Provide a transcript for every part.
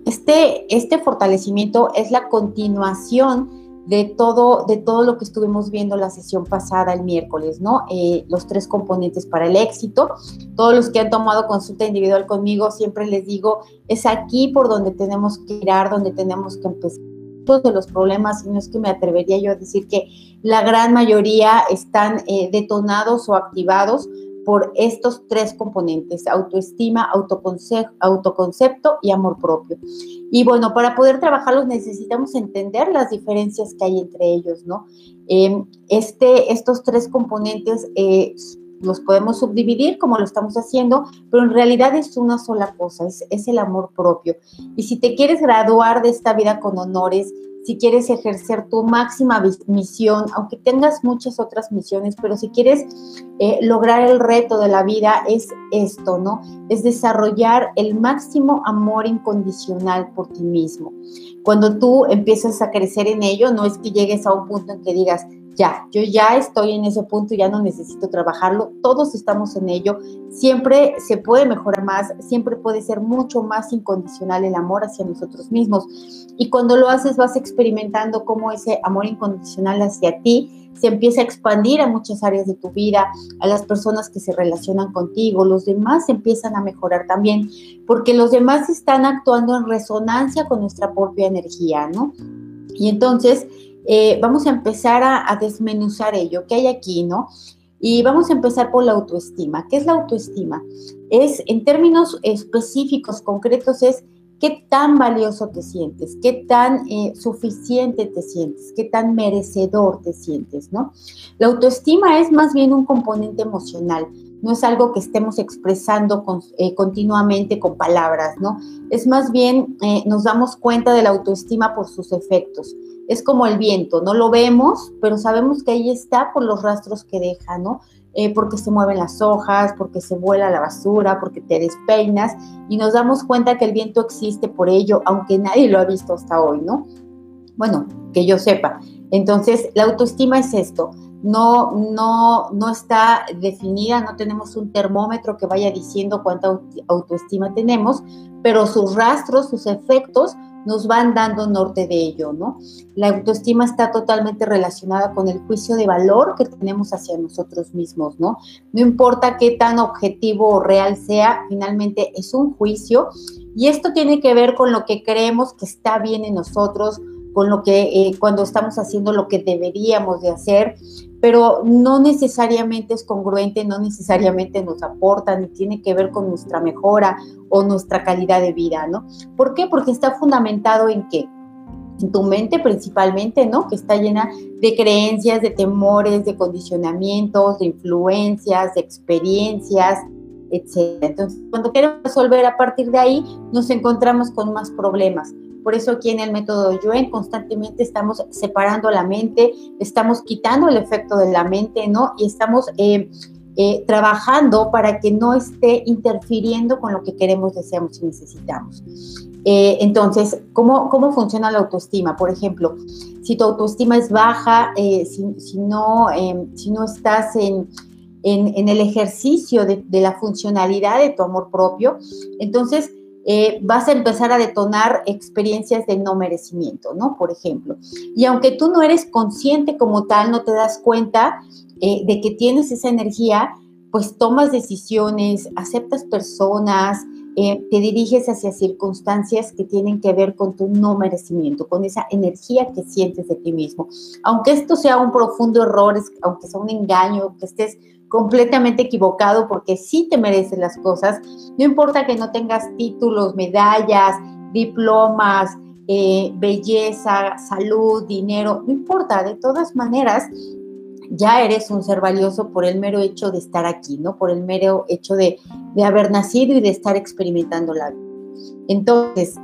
Este fortalecimiento es la continuación de todo lo que estuvimos viendo la sesión pasada el miércoles, ¿no? Los 3 componentes para el éxito. Todos los que han tomado consulta individual conmigo, siempre les digo, es aquí por donde tenemos que ir, donde tenemos que empezar. Todos de los problemas, y no es que me atrevería yo a decir que la gran mayoría están detonados o activados por estos 3 componentes: autoestima, autoconcepto y amor propio. Y bueno, para poder trabajarlos necesitamos entender las diferencias que hay entre ellos, ¿no? Estos 3 componentes los podemos subdividir como lo estamos haciendo, pero en realidad es una sola cosa, es el amor propio. Y si te quieres graduar de esta vida con honores, si quieres ejercer tu máxima misión, aunque tengas muchas otras misiones, pero si quieres lograr el reto de la vida, es esto, ¿no? Es desarrollar el máximo amor incondicional por ti mismo. Cuando tú empiezas a crecer en ello, no es que llegues a un punto en que digas, yo ya estoy en ese punto, ya no necesito trabajarlo, todos estamos en ello, siempre se puede mejorar más, siempre puede ser mucho más incondicional el amor hacia nosotros mismos, y cuando lo haces vas experimentando cómo ese amor incondicional hacia ti se empieza a expandir a muchas áreas de tu vida, a las personas que se relacionan contigo, los demás empiezan a mejorar también, porque los demás están actuando en resonancia con nuestra propia energía, ¿no? Y entonces vamos a empezar a desmenuzar ello, ¿qué hay aquí, no? Y vamos a empezar por la autoestima. ¿Qué es la autoestima? Es, en términos específicos, concretos, es qué tan valioso te sientes, qué tan suficiente te sientes, qué tan merecedor te sientes, ¿no? La autoestima es más bien un componente emocional, no es algo que estemos expresando continuamente con palabras, ¿no? Es más bien, nos damos cuenta de la autoestima por sus efectos. Es como el viento, no lo vemos, pero sabemos que ahí está por los rastros que deja, ¿no? Porque se mueven las hojas, porque se vuela la basura, porque te despeinas, y nos damos cuenta que el viento existe por ello, aunque nadie lo ha visto hasta hoy, ¿no? Bueno, que yo sepa. Entonces, la autoestima es esto. No está definida, no tenemos un termómetro que vaya diciendo cuánta autoestima tenemos, pero sus rastros, sus efectos nos van dando norte de ello, ¿no? La autoestima está totalmente relacionada con el juicio de valor que tenemos hacia nosotros mismos, ¿no? No importa qué tan objetivo o real sea, finalmente es un juicio, y esto tiene que ver con lo que creemos que está bien en nosotros, con lo que cuando estamos haciendo lo que deberíamos de hacer, pero no necesariamente es congruente, no necesariamente nos aporta, ni tiene que ver con nuestra mejora o nuestra calidad de vida, ¿no? ¿Por qué? Porque está fundamentado en ¿qué? En tu mente principalmente, ¿no? Que está llena de creencias, de temores, de condicionamientos, de influencias, de experiencias, etcétera. Entonces, cuando queremos resolver a partir de ahí, nos encontramos con más problemas. Por eso aquí en el método Yuen constantemente estamos separando la mente, estamos quitando el efecto de la mente, ¿no? Y estamos trabajando para que no esté interfiriendo con lo que queremos, deseamos y necesitamos. Entonces, ¿cómo funciona la autoestima? Por ejemplo, si tu autoestima es baja, si no estás en el ejercicio de la funcionalidad de tu amor propio, entonces vas a empezar a detonar experiencias de no merecimiento, ¿no? Por ejemplo. Y aunque tú no eres consciente como tal, no te das cuenta de que tienes esa energía, pues tomas decisiones, aceptas personas, te diriges hacia circunstancias que tienen que ver con tu no merecimiento, con esa energía que sientes de ti mismo. Aunque esto sea un profundo error, aunque sea un engaño, que estés completamente equivocado, porque sí te mereces las cosas, no importa que no tengas títulos, medallas, diplomas, belleza, salud, dinero, no importa, de todas maneras, ya eres un ser valioso por el mero hecho de estar aquí, ¿no? Por el mero hecho de haber nacido y de estar experimentando la vida. Entonces,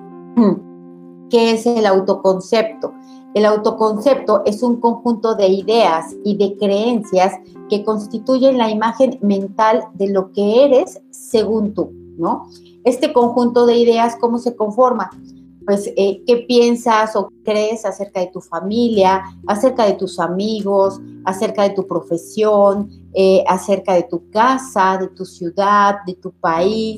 ¿qué es el autoconcepto? El autoconcepto es un conjunto de ideas y de creencias que constituyen la imagen mental de lo que eres según tú, ¿no? Este conjunto de ideas, ¿cómo se conforma? Pues, ¿qué piensas o crees acerca de tu familia, acerca de tus amigos, acerca de tu profesión, acerca de tu casa, de tu ciudad, de tu país,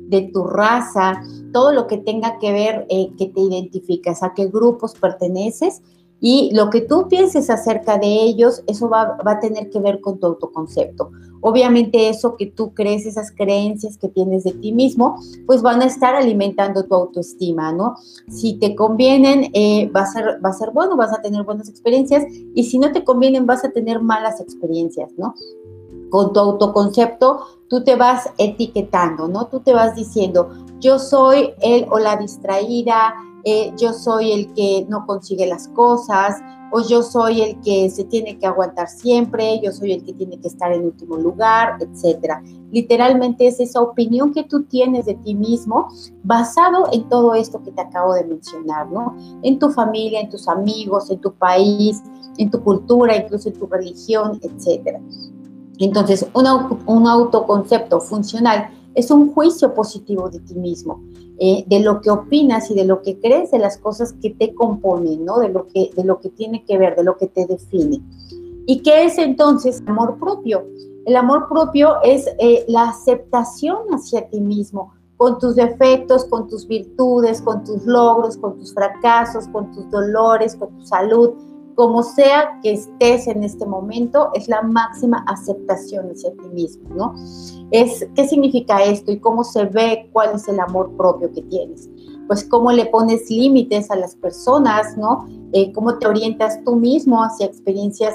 de tu raza, todo lo que tenga que ver que te identificas, a qué grupos perteneces, y lo que tú pienses acerca de ellos, eso va a tener que ver con tu autoconcepto. Obviamente eso que tú crees, esas creencias que tienes de ti mismo, pues van a estar alimentando tu autoestima, ¿no? Si te convienen, va a ser bueno, vas a tener buenas experiencias, y si no te convienen, vas a tener malas experiencias, ¿no? Con tu autoconcepto, tú te vas etiquetando, ¿no? Tú te vas diciendo, yo soy el o la distraída, yo soy el que no consigue las cosas, o yo soy el que se tiene que aguantar siempre, yo soy el que tiene que estar en último lugar, etcétera. Literalmente es esa opinión que tú tienes de ti mismo basado en todo esto que te acabo de mencionar, ¿no? En tu familia, en tus amigos, en tu país, en tu cultura, incluso en tu religión, etcétera. Entonces, un autoconcepto funcional es un juicio positivo de ti mismo, de lo que opinas y de lo que crees, de las cosas que te componen, ¿no? De lo que tiene que ver, de lo que te define. ¿Y qué es entonces amor propio? El amor propio es la aceptación hacia ti mismo, con tus defectos, con tus virtudes, con tus logros, con tus fracasos, con tus dolores, con tu salud. Como sea que estés en este momento, es la máxima aceptación hacia ti mismo, ¿no? ¿Qué significa esto y cómo se ve cuál es el amor propio que tienes? Pues cómo le pones límites a las personas, ¿no? Cómo te orientas tú mismo hacia experiencias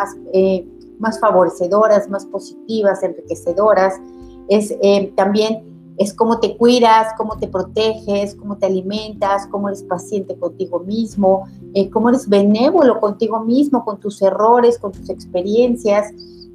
más favorecedoras, más positivas, enriquecedoras. También es cómo te cuidas, cómo te proteges, cómo te alimentas, cómo eres paciente contigo mismo, cómo eres benévolo contigo mismo, con tus errores, con tus experiencias.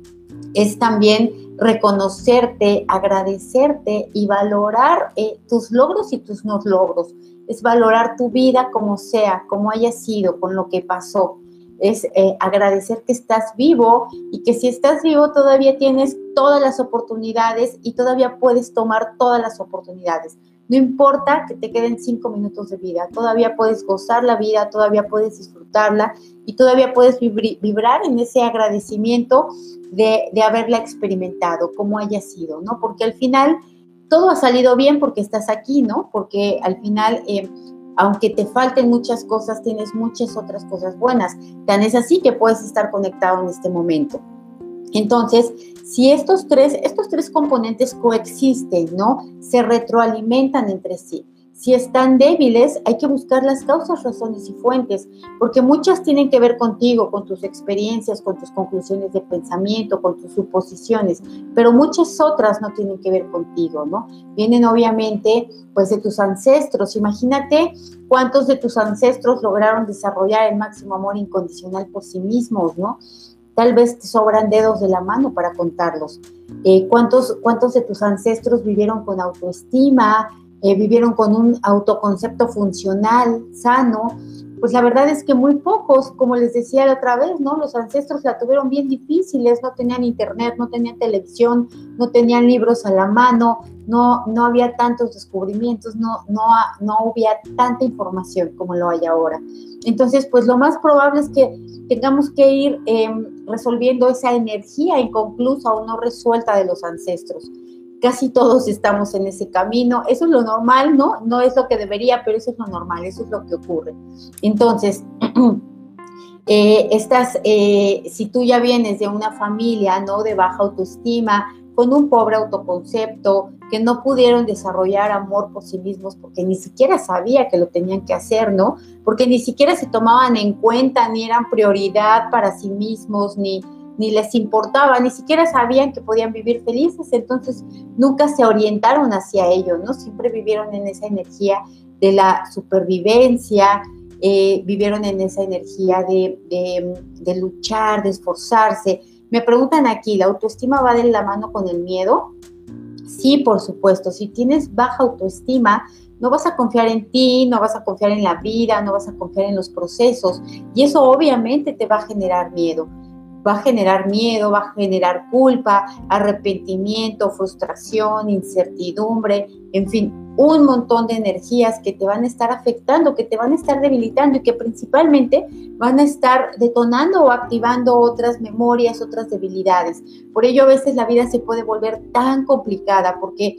Es también reconocerte, agradecerte y valorar tus logros y tus no logros. Es valorar tu vida como sea, como haya sido, con lo que pasó. Es agradecer que estás vivo y que si estás vivo todavía tienes todas las oportunidades y todavía puedes tomar todas las oportunidades. No importa que te queden 5 minutos de vida, todavía puedes gozar la vida, todavía puedes disfrutarla y todavía puedes vibrar en ese agradecimiento de haberla experimentado, como haya sido, ¿no? Porque al final todo ha salido bien porque estás aquí, ¿no? Porque al final aunque te falten muchas cosas, tienes muchas otras cosas buenas. Tan es así que puedes estar conectado en este momento. Entonces, si estos tres componentes coexisten, ¿no? Se retroalimentan entre sí. Si están débiles, hay que buscar las causas, razones y fuentes, porque muchas tienen que ver contigo, con tus experiencias, con tus conclusiones de pensamiento, con tus suposiciones, pero muchas otras no tienen que ver contigo, ¿no? Vienen obviamente, pues, de tus ancestros. Imagínate cuántos de tus ancestros lograron desarrollar el máximo amor incondicional por sí mismos, ¿no? Tal vez te sobran dedos de la mano para contarlos. ¿Cuántos de tus ancestros vivieron con autoestima, vivieron con un autoconcepto funcional, sano? Pues la verdad es que muy pocos, como les decía la otra vez, ¿no? Los ancestros la tuvieron bien difíciles, no tenían internet, no tenían televisión, no tenían libros a la mano, no había tantos descubrimientos, no había tanta información como lo hay ahora. Entonces, pues lo más probable es que tengamos que ir resolviendo esa energía inconclusa o no resuelta de los ancestros. Casi todos estamos en ese camino. Eso es lo normal, ¿no? No es lo que debería, pero eso es lo normal, eso es lo que ocurre. Entonces, si tú ya vienes de una familia, ¿no?, de baja autoestima, con un pobre autoconcepto, que no pudieron desarrollar amor por sí mismos porque ni siquiera sabía que lo tenían que hacer, ¿no? Porque ni siquiera se tomaban en cuenta, ni eran prioridad para sí mismos, ni les importaba, ni siquiera sabían que podían vivir felices, entonces nunca se orientaron hacia ello, ¿no? Siempre vivieron en esa energía de la supervivencia, vivieron en esa energía de luchar, de esforzarse. Me preguntan aquí, ¿la autoestima va de la mano con el miedo? Sí, por supuesto. Si tienes baja autoestima, no vas a confiar en ti, no vas a confiar en la vida, no vas a confiar en los procesos, y eso obviamente te va a generar miedo. Va a generar miedo, va a generar culpa, arrepentimiento, frustración, incertidumbre, en fin, un montón de energías que te van a estar afectando, que te van a estar debilitando y que principalmente van a estar detonando o activando otras memorias, otras debilidades. Por ello a veces la vida se puede volver tan complicada porque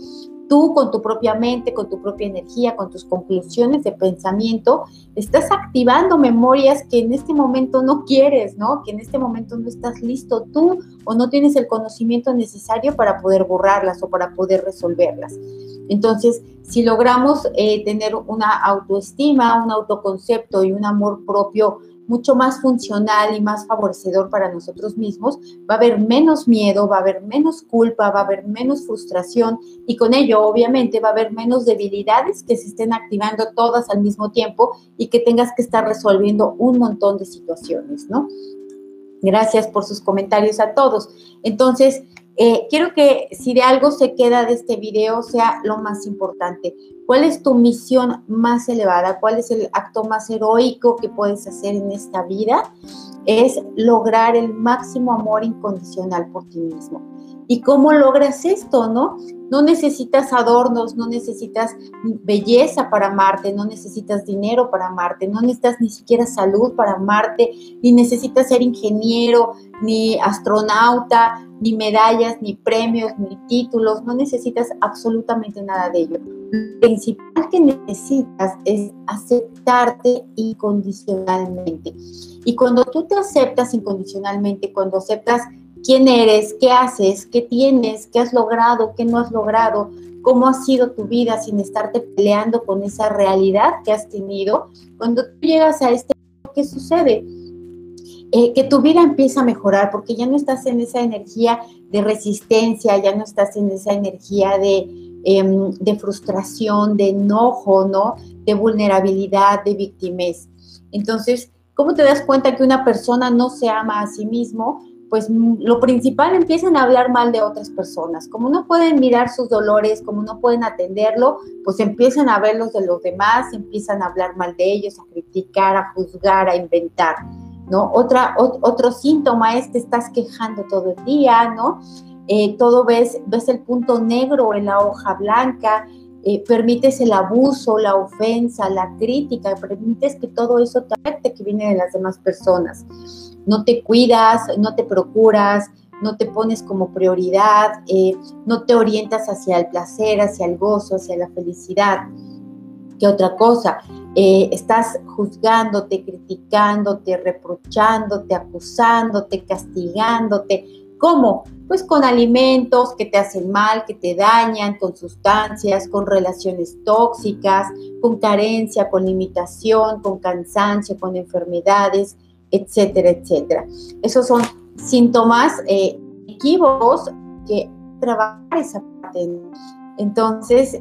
tú con tu propia mente, con tu propia energía, con tus conclusiones de pensamiento, estás activando memorias que en este momento no quieres, ¿no? Que en este momento no estás listo tú o no tienes el conocimiento necesario para poder borrarlas o para poder resolverlas. Entonces, si logramos tener una autoestima, un autoconcepto y un amor propio mucho más funcional y más favorecedor para nosotros mismos, va a haber menos miedo, va a haber menos culpa, va a haber menos frustración y con ello obviamente va a haber menos debilidades que se estén activando todas al mismo tiempo y que tengas que estar resolviendo un montón de situaciones, ¿no? Gracias por sus comentarios a todos. Entonces, quiero que si de algo se queda de este video sea lo más importante. ¿Cuál es tu misión más elevada? ¿Cuál es el acto más heroico que puedes hacer en esta vida? Es lograr el máximo amor incondicional por ti mismo. ¿Y cómo logras esto, no? No necesitas adornos, no necesitas belleza para amarte, no necesitas dinero para amarte, no necesitas ni siquiera salud para amarte, ni necesitas ser ingeniero, ni astronauta, ni medallas, ni premios, ni títulos, no necesitas absolutamente nada de ello. Lo principal que necesitas es aceptarte incondicionalmente. Y cuando tú te aceptas incondicionalmente, cuando aceptas quién eres, qué haces, qué tienes, qué has logrado, qué no has logrado, cómo ha sido tu vida sin estarte peleando con esa realidad que has tenido, cuando tú llegas a este, ¿qué sucede? Que tu vida empieza a mejorar porque ya no estás en esa energía de resistencia, ya no estás en esa energía de frustración, de enojo, ¿no? De vulnerabilidad, de victimez. Entonces, ¿cómo te das cuenta que una persona no se ama a sí mismo? Pues lo principal, empiezan a hablar mal de otras personas. Como no pueden mirar sus dolores, como no pueden atenderlo, pues empiezan a ver los de los demás, empiezan a hablar mal de ellos, a criticar, a juzgar, a inventar, ¿no? Otro síntoma es que estás quejando todo el día, ¿no? Todo ves el punto negro en la hoja blanca, permites el abuso, la ofensa, la crítica, permites que todo eso te afecte, que viene de las demás personas. No te cuidas, no te procuras, no te pones como prioridad, no te orientas hacia el placer, hacia el gozo, hacia la felicidad. ¿Qué otra cosa? Estás juzgándote, criticándote, reprochándote, acusándote, castigándote. ¿Cómo? Pues con alimentos que te hacen mal, que te dañan, con sustancias, con relaciones tóxicas, con carencia, con limitación, con cansancio, con enfermedades, etcétera, etcétera. Esos son síntomas equívocos que trabajar esa parte. Entonces,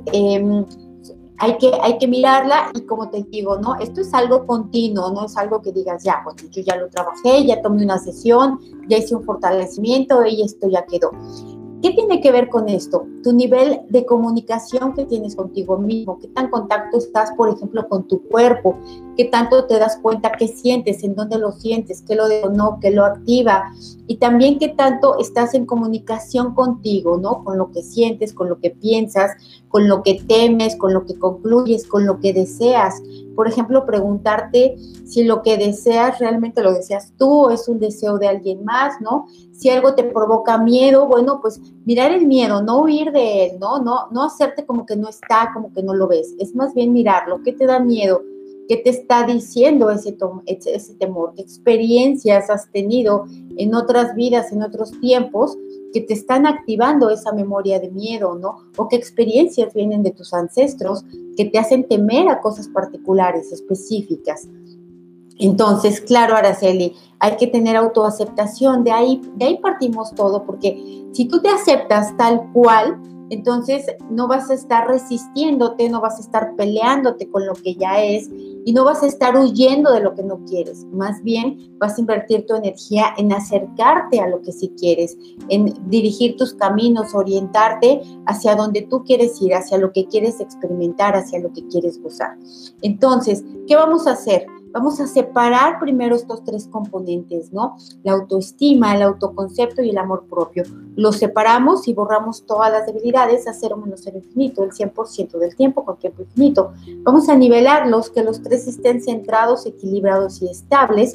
hay que mirarla y como te digo, ¿no? Esto es algo continuo, no es algo que digas, ya, pues yo ya lo trabajé, ya tomé una sesión, ya hice un fortalecimiento y esto ya quedó. ¿Qué tiene que ver con esto? Tu nivel de comunicación que tienes contigo mismo, qué tan contacto estás, por ejemplo, con tu cuerpo, qué tanto te das cuenta qué sientes, en dónde lo sientes, qué lo detonó, qué lo activa, y también qué tanto estás en comunicación contigo, ¿no? Con lo que sientes, con lo que piensas, con lo que temes, con lo que concluyes, con lo que deseas. Por ejemplo, preguntarte si lo que deseas realmente lo deseas tú o es un deseo de alguien más, ¿no? Si algo te provoca miedo, bueno, pues mirar el miedo, no huir de él, no hacerte como que no está, como que no lo ves. Es más bien mirarlo. ¿Qué te da miedo? ¿Qué te está diciendo ese temor? ¿Qué experiencias has tenido en otras vidas, en otros tiempos, que te están activando esa memoria de miedo, ¿no? O qué experiencias vienen de tus ancestros que te hacen temer a cosas particulares, específicas. Entonces, claro, Araceli, hay que tener autoaceptación, de ahí partimos todo, porque si tú te aceptas tal cual, entonces no vas a estar resistiéndote, no vas a estar peleándote con lo que ya es y no vas a estar huyendo de lo que no quieres. Más bien vas a invertir tu energía en acercarte a lo que sí quieres, en dirigir tus caminos, orientarte hacia donde tú quieres ir, hacia lo que quieres experimentar, hacia lo que quieres gozar. Entonces, ¿qué vamos a hacer? Vamos a separar primero estos tres componentes, ¿no? La autoestima, el autoconcepto y el amor propio. Los separamos y borramos todas las debilidades a cero menos cero infinito, el 100% del tiempo con tiempo infinito. Vamos a nivelarlos, que los tres estén centrados, equilibrados y estables.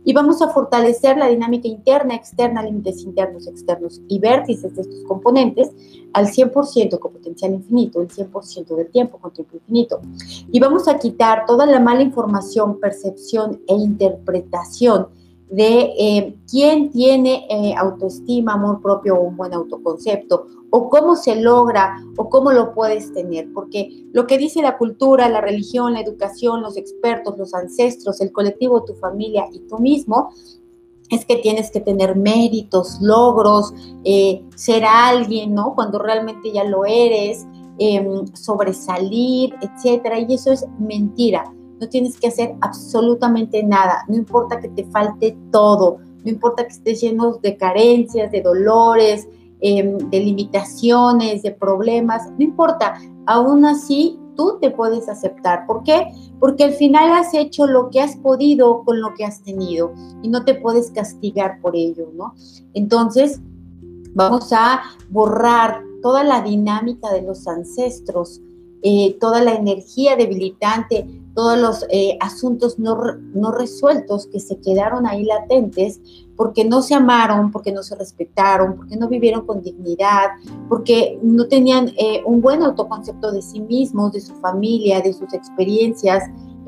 Y vamos a fortalecer la dinámica interna, externa, límites internos, externos y vértices de estos componentes al 100% con potencial infinito, el 100% del tiempo con tiempo infinito. Y vamos a quitar toda la mala información, percepción e interpretación de quién tiene autoestima, amor propio o un buen autoconcepto, o cómo se logra o cómo lo puedes tener, porque lo que dice la cultura, la religión, la educación, los expertos, los ancestros, el colectivo, tu familia y tú mismo, es que tienes que tener méritos, logros, ser alguien, ¿no? Cuando realmente ya lo eres, sobresalir, etcétera, y eso es mentira. No tienes que hacer absolutamente nada, no importa que te falte todo, no importa que estés lleno de carencias, de dolores, de limitaciones, de problemas, no importa, aún así tú te puedes aceptar. ¿Por qué? Porque al final has hecho lo que has podido con lo que has tenido y no te puedes castigar por ello, ¿no? Entonces, vamos a borrar toda la dinámica de los ancestros, toda la energía debilitante, todos los asuntos no resueltos que se quedaron ahí latentes porque no se amaron, porque no se respetaron, porque no vivieron con dignidad, porque no tenían un buen autoconcepto de sí mismos, de su familia, de sus experiencias,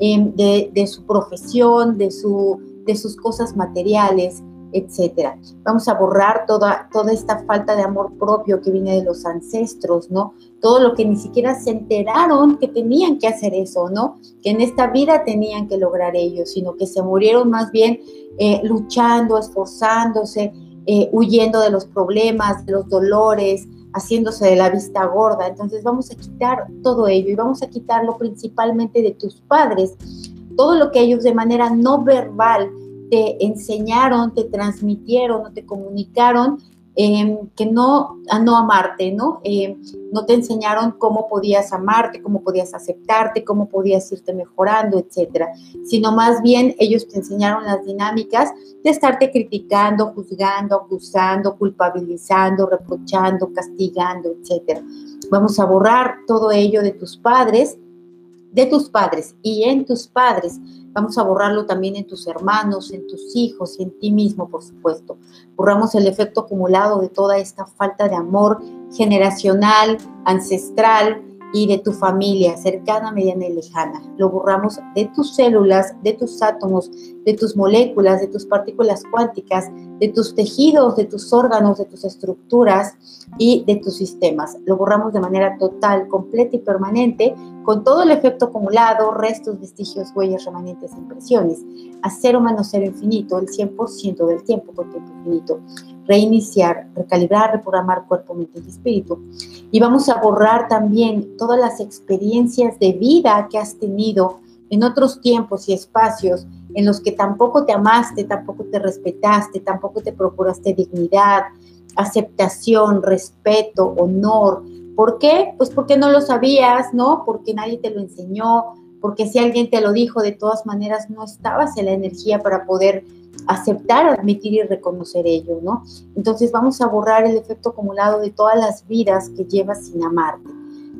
de su profesión, de sus cosas materiales, etcétera. Vamos a borrar toda esta falta de amor propio que viene de los ancestros, ¿no? Todo lo que ni siquiera se enteraron que tenían que hacer eso, ¿no? Que en esta vida tenían que lograr ellos, sino que se murieron más bien luchando, esforzándose, huyendo de los problemas, de los dolores, haciéndose de la vista gorda. Entonces vamos a quitar todo ello y vamos a quitarlo principalmente de tus padres, todo lo que ellos de manera no verbal te enseñaron, te transmitieron o te comunicaron que a no amarte, ¿no? No te enseñaron cómo podías amarte, cómo podías aceptarte, cómo podías irte mejorando, etcétera, sino más bien ellos te enseñaron las dinámicas de estarte criticando, juzgando, acusando, culpabilizando, reprochando, castigando, etcétera. Vamos a borrar todo ello de tus padres y en tus padres. Vamos a borrarlo también en tus hermanos, en tus hijos y en ti mismo, por supuesto. Borramos el efecto acumulado de toda esta falta de amor generacional, ancestral y de tu familia, cercana, mediana y lejana. Lo borramos de tus células, de tus átomos, de tus moléculas, de tus partículas cuánticas, de tus tejidos, de tus órganos, de tus estructuras y de tus sistemas. Lo borramos de manera total, completa y permanente, con todo el efecto acumulado, restos, vestigios, huellas, remanentes, impresiones, a cero menos cero infinito, el 100% del tiempo con tiempo infinito. Reiniciar, recalibrar, reprogramar cuerpo, mente y espíritu. Y vamos a borrar también todas las experiencias de vida que has tenido en otros tiempos y espacios en los que tampoco te amaste, tampoco te respetaste, tampoco te procuraste dignidad, aceptación, respeto, honor. ¿Por qué? Pues porque no lo sabías, ¿no? Porque nadie te lo enseñó, porque si alguien te lo dijo, de todas maneras no estabas en la energía para poder aceptar, admitir y reconocer ello, ¿no? Entonces vamos a borrar el efecto acumulado de todas las vidas que llevas sin amarte,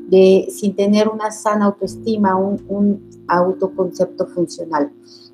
sin tener una sana autoestima, un autoconcepto funcional.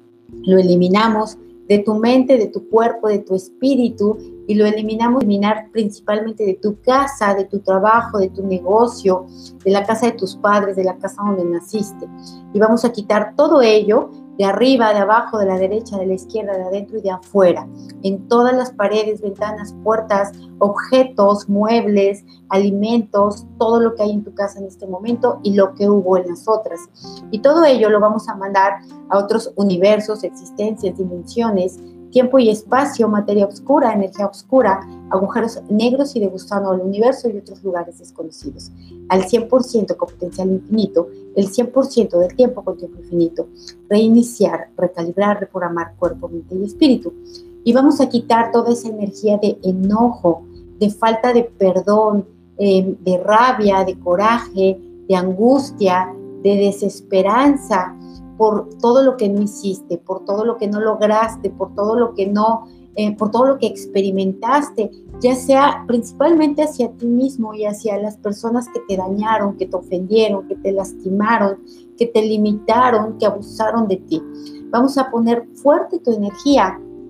Lo eliminamos de tu mente, de tu cuerpo, de tu espíritu, y lo eliminar principalmente de tu casa, de tu trabajo, de tu negocio, de la casa de tus padres, de la casa donde naciste. Y vamos a quitar todo ello de arriba, de abajo, de la derecha, de la izquierda, de adentro y de afuera, en todas las paredes, ventanas, puertas, objetos, muebles, alimentos, todo lo que hay en tu casa en este momento y lo que hubo en las otras. Y todo ello lo vamos a mandar a otros universos, existencias, dimensiones, tiempo y espacio, materia oscura, energía oscura, agujeros negros y de gusano al universo y otros lugares desconocidos. Al 100% con potencial infinito, el 100% del tiempo con tiempo infinito. Reiniciar, recalibrar, reprogramar cuerpo, mente y espíritu. Y vamos a quitar toda esa energía de enojo, de falta de perdón, de rabia, de coraje, de angustia, de desesperanza, por todo lo que no hiciste, por todo lo que no lograste, por todo lo que por todo lo que experimentaste, ya sea principalmente hacia ti mismo y hacia las personas que te dañaron, que te ofendieron, que te lastimaron, que te limitaron, que abusaron de ti. Vamos a poner fuerte tu energía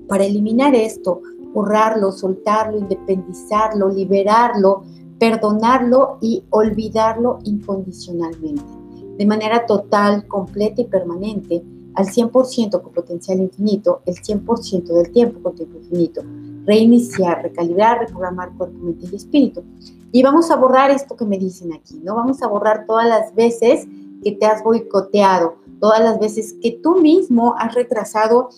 para eliminar esto, borrarlo, soltarlo, independizarlo, liberarlo, perdonarlo y olvidarlo incondicionalmente, de manera total, completa y permanente, al 100% con potencial infinito, el 100% del tiempo con tiempo infinito. Reiniciar, recalibrar, reprogramar cuerpo, mente y espíritu. Y vamos a borrar esto que me dicen aquí, ¿no? Vamos a borrar todas las veces que te has boicoteado, todas las veces que tú mismo has retrasado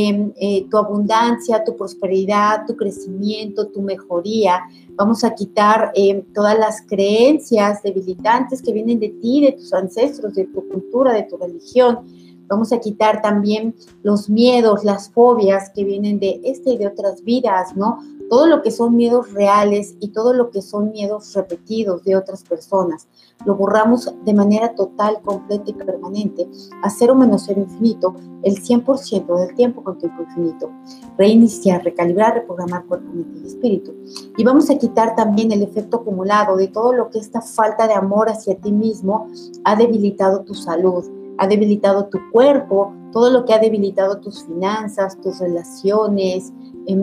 tu abundancia, tu prosperidad, tu crecimiento, tu mejoría. Vamos a quitar todas las creencias debilitantes que vienen de ti, de tus ancestros, de tu cultura, de tu religión. Vamos a quitar también los miedos, las fobias que vienen de esta y de otras vidas, ¿no? Todo lo que son miedos reales y todo lo que son miedos repetidos de otras personas. Lo borramos de manera total, completa y permanente, a cero menos cero infinito, el 100% del tiempo con tiempo infinito. Reiniciar, recalibrar, reprogramar cuerpo, mente y espíritu. Y vamos a quitar también el efecto acumulado de todo lo que esta falta de amor hacia ti mismo ha debilitado tu salud, ha debilitado tu cuerpo, todo lo que ha debilitado tus finanzas, tus relaciones,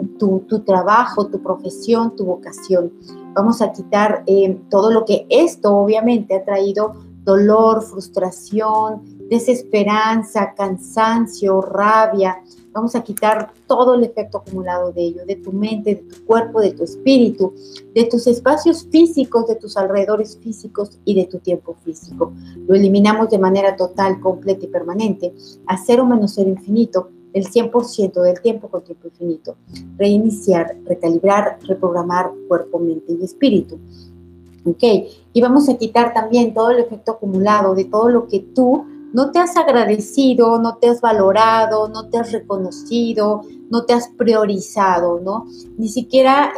tu trabajo, tu profesión, tu vocación. Vamos a quitar todo lo que esto obviamente ha traído dolor, frustración, desesperanza, cansancio, rabia. Vamos a quitar todo el efecto acumulado de ello, de tu mente, de tu cuerpo, de tu espíritu, de tus espacios físicos, de tus alrededores físicos y de tu tiempo físico. Lo eliminamos de manera total, completa y permanente, a cero menos cero infinito, el 100% del tiempo con tiempo infinito. Reiniciar, recalibrar, reprogramar cuerpo, mente y espíritu. ¿Ok? Y vamos a quitar también todo el efecto acumulado de todo lo que tú no te has agradecido, no te has valorado, no te has reconocido, no te has priorizado, ¿no? Ni siquiera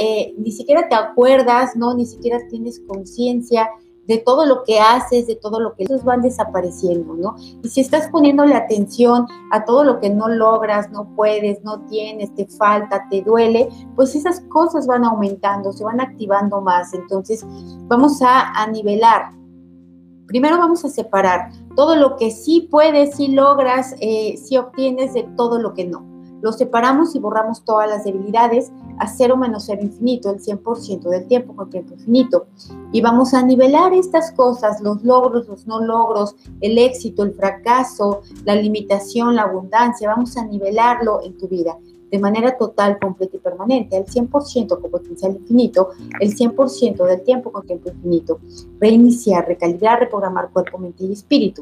te acuerdas, ¿no? Ni siquiera tienes conciencia de todo lo que haces, de todo lo que esos van desapareciendo, ¿no? Y si estás poniéndole atención a todo lo que no logras, no puedes, no tienes, te falta, te duele, pues esas cosas van aumentando, se van activando más. Entonces, vamos a nivelar. Primero vamos a separar todo lo que sí puedes, sí logras, sí obtienes de todo lo que no. Lo separamos y borramos todas las debilidades a cero menos cero infinito, el 100% del tiempo con tiempo infinito. Y vamos a nivelar estas cosas, los logros, los no logros, el éxito, el fracaso, la limitación, la abundancia. Vamos a nivelarlo en tu vida de manera total, completa y permanente, al 100% con potencial infinito, el 100% del tiempo con tiempo infinito. Reiniciar, recalibrar, reprogramar cuerpo, mente y espíritu.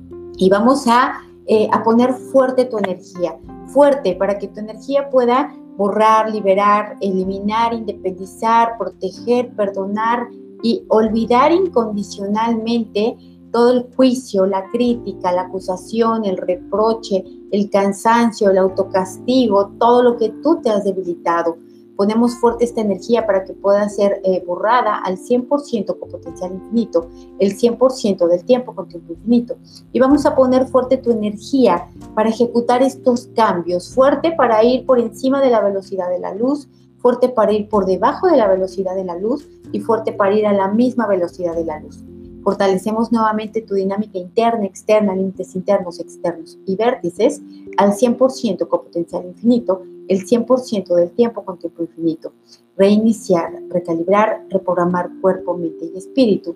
Y vamos a poner fuerte tu energía, fuerte para que tu energía pueda borrar, liberar, eliminar, independizar, proteger, perdonar y olvidar incondicionalmente todo el juicio, la crítica, la acusación, el reproche, el cansancio, el autocastigo, todo lo que tú te has debilitado. Ponemos fuerte esta energía para que pueda ser borrada al 100% con potencial infinito, el 100% del tiempo con tiempo infinito. Y vamos a poner fuerte tu energía para ejecutar estos cambios, fuerte para ir por encima de la velocidad de la luz, fuerte para ir por debajo de la velocidad de la luz y fuerte para ir a la misma velocidad de la luz. Fortalecemos nuevamente tu dinámica interna, externa, límites internos, externos y vértices al 100% con potencial infinito, el 100% del tiempo con tiempo infinito. Reiniciar, recalibrar, reprogramar cuerpo, mente y espíritu.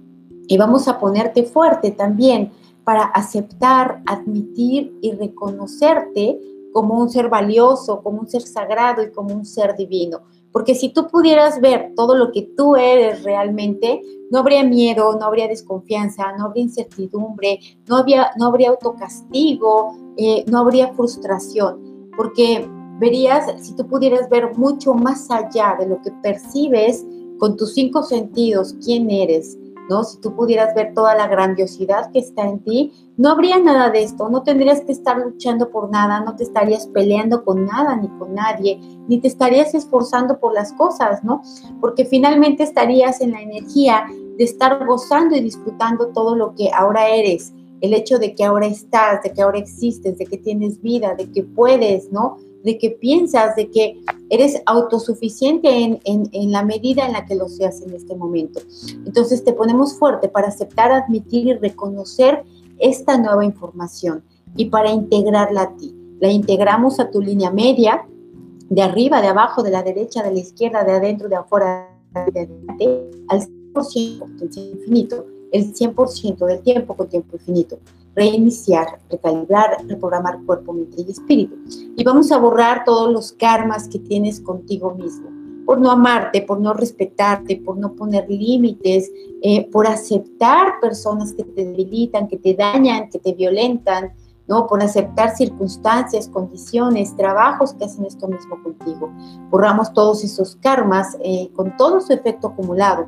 Y vamos a ponerte fuerte también para aceptar, admitir y reconocerte como un ser valioso, como un ser sagrado y como un ser divino. Porque si tú pudieras ver todo lo que tú eres realmente, no habría miedo, no habría desconfianza, no habría incertidumbre, no habría autocastigo, no habría frustración. Porque verías, si tú pudieras ver mucho más allá de lo que percibes con tus 5 sentidos, quién eres, ¿no? Si tú pudieras ver toda la grandiosidad que está en ti, no habría nada de esto, no tendrías que estar luchando por nada, no te estarías peleando con nada ni con nadie, ni te estarías esforzando por las cosas, ¿no? Porque finalmente estarías en la energía de estar gozando y disfrutando todo lo que ahora eres, el hecho de que ahora estás, de que ahora existes, de que tienes vida, de que puedes, ¿no? De que piensas, de que eres autosuficiente en la medida en la que lo seas en este momento. Entonces te ponemos fuerte para aceptar, admitir y reconocer esta nueva información y para integrarla a ti. La integramos a tu línea media, de arriba, de abajo, de la derecha, de la izquierda, de adentro, de afuera, de adelante, al 100% del tiempo infinito, el 100% del tiempo con tiempo infinito. Reiniciar, recalibrar, reprogramar cuerpo, mente y espíritu. Y vamos a borrar todos los karmas que tienes contigo mismo, por no amarte, por no respetarte, por no poner límites, por aceptar personas que te debilitan, que te dañan, que te violentan, ¿no? Por aceptar circunstancias, condiciones, trabajos que hacen esto mismo contigo. Borramos todos esos karmas con todo su efecto acumulado.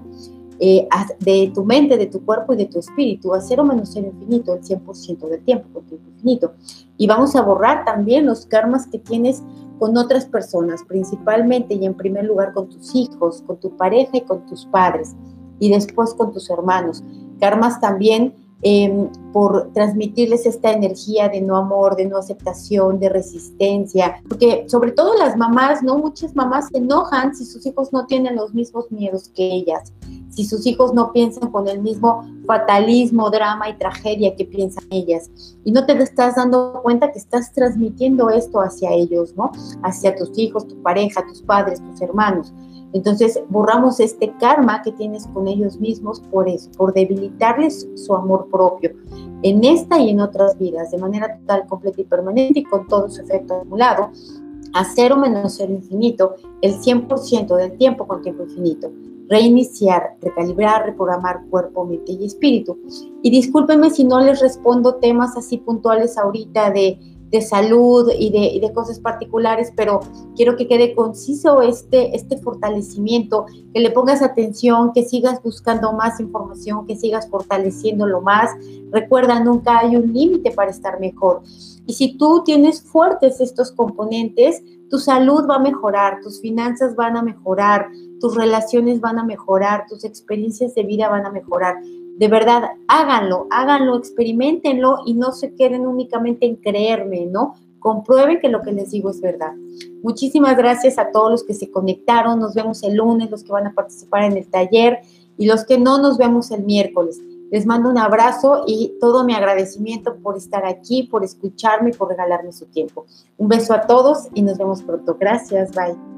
De tu mente, de tu cuerpo y de tu espíritu, a cero menos cero infinito, el 100% del tiempo, con tiempo infinito. Y vamos a borrar también los karmas que tienes con otras personas, principalmente y en primer lugar con tus hijos, con tu pareja y con tus padres, y después con tus hermanos. Karmas también por transmitirles esta energía de no amor, de no aceptación, de resistencia, porque sobre todo las mamás, ¿no? Muchas mamás se enojan si sus hijos no tienen los mismos miedos que ellas, si sus hijos no piensan con el mismo fatalismo, drama y tragedia que piensan ellas, y no te estás dando cuenta que estás transmitiendo esto hacia ellos, ¿no? Hacia tus hijos, tu pareja, tus padres, tus hermanos. Entonces, borramos este karma que tienes con ellos mismos por eso, por debilitarles su amor propio, en esta y en otras vidas, de manera total, completa y permanente, y con todo su efecto acumulado, a cero menos cero infinito, el 100% del tiempo con tiempo infinito. Reiniciar, recalibrar, reprogramar cuerpo, mente y espíritu. Y discúlpenme si no les respondo temas así puntuales ahorita de salud y de cosas particulares, pero quiero que quede conciso este fortalecimiento, que le pongas atención, que sigas buscando más información, que sigas fortaleciéndolo más. Recuerda, nunca hay un límite para estar mejor. Y si tú tienes fuertes estos componentes, tu salud va a mejorar, tus finanzas van a mejorar, tus relaciones van a mejorar, tus experiencias de vida van a mejorar. De verdad, háganlo, experimentenlo y no se queden únicamente en creerme, ¿no? Comprueben que lo que les digo es verdad. Muchísimas gracias a todos los que se conectaron. Nos vemos el lunes, los que van a participar en el taller, y los que no, nos vemos el miércoles. Les mando un abrazo y todo mi agradecimiento por estar aquí, por escucharme y por regalarme su tiempo. Un beso a todos y nos vemos pronto. Gracias, bye.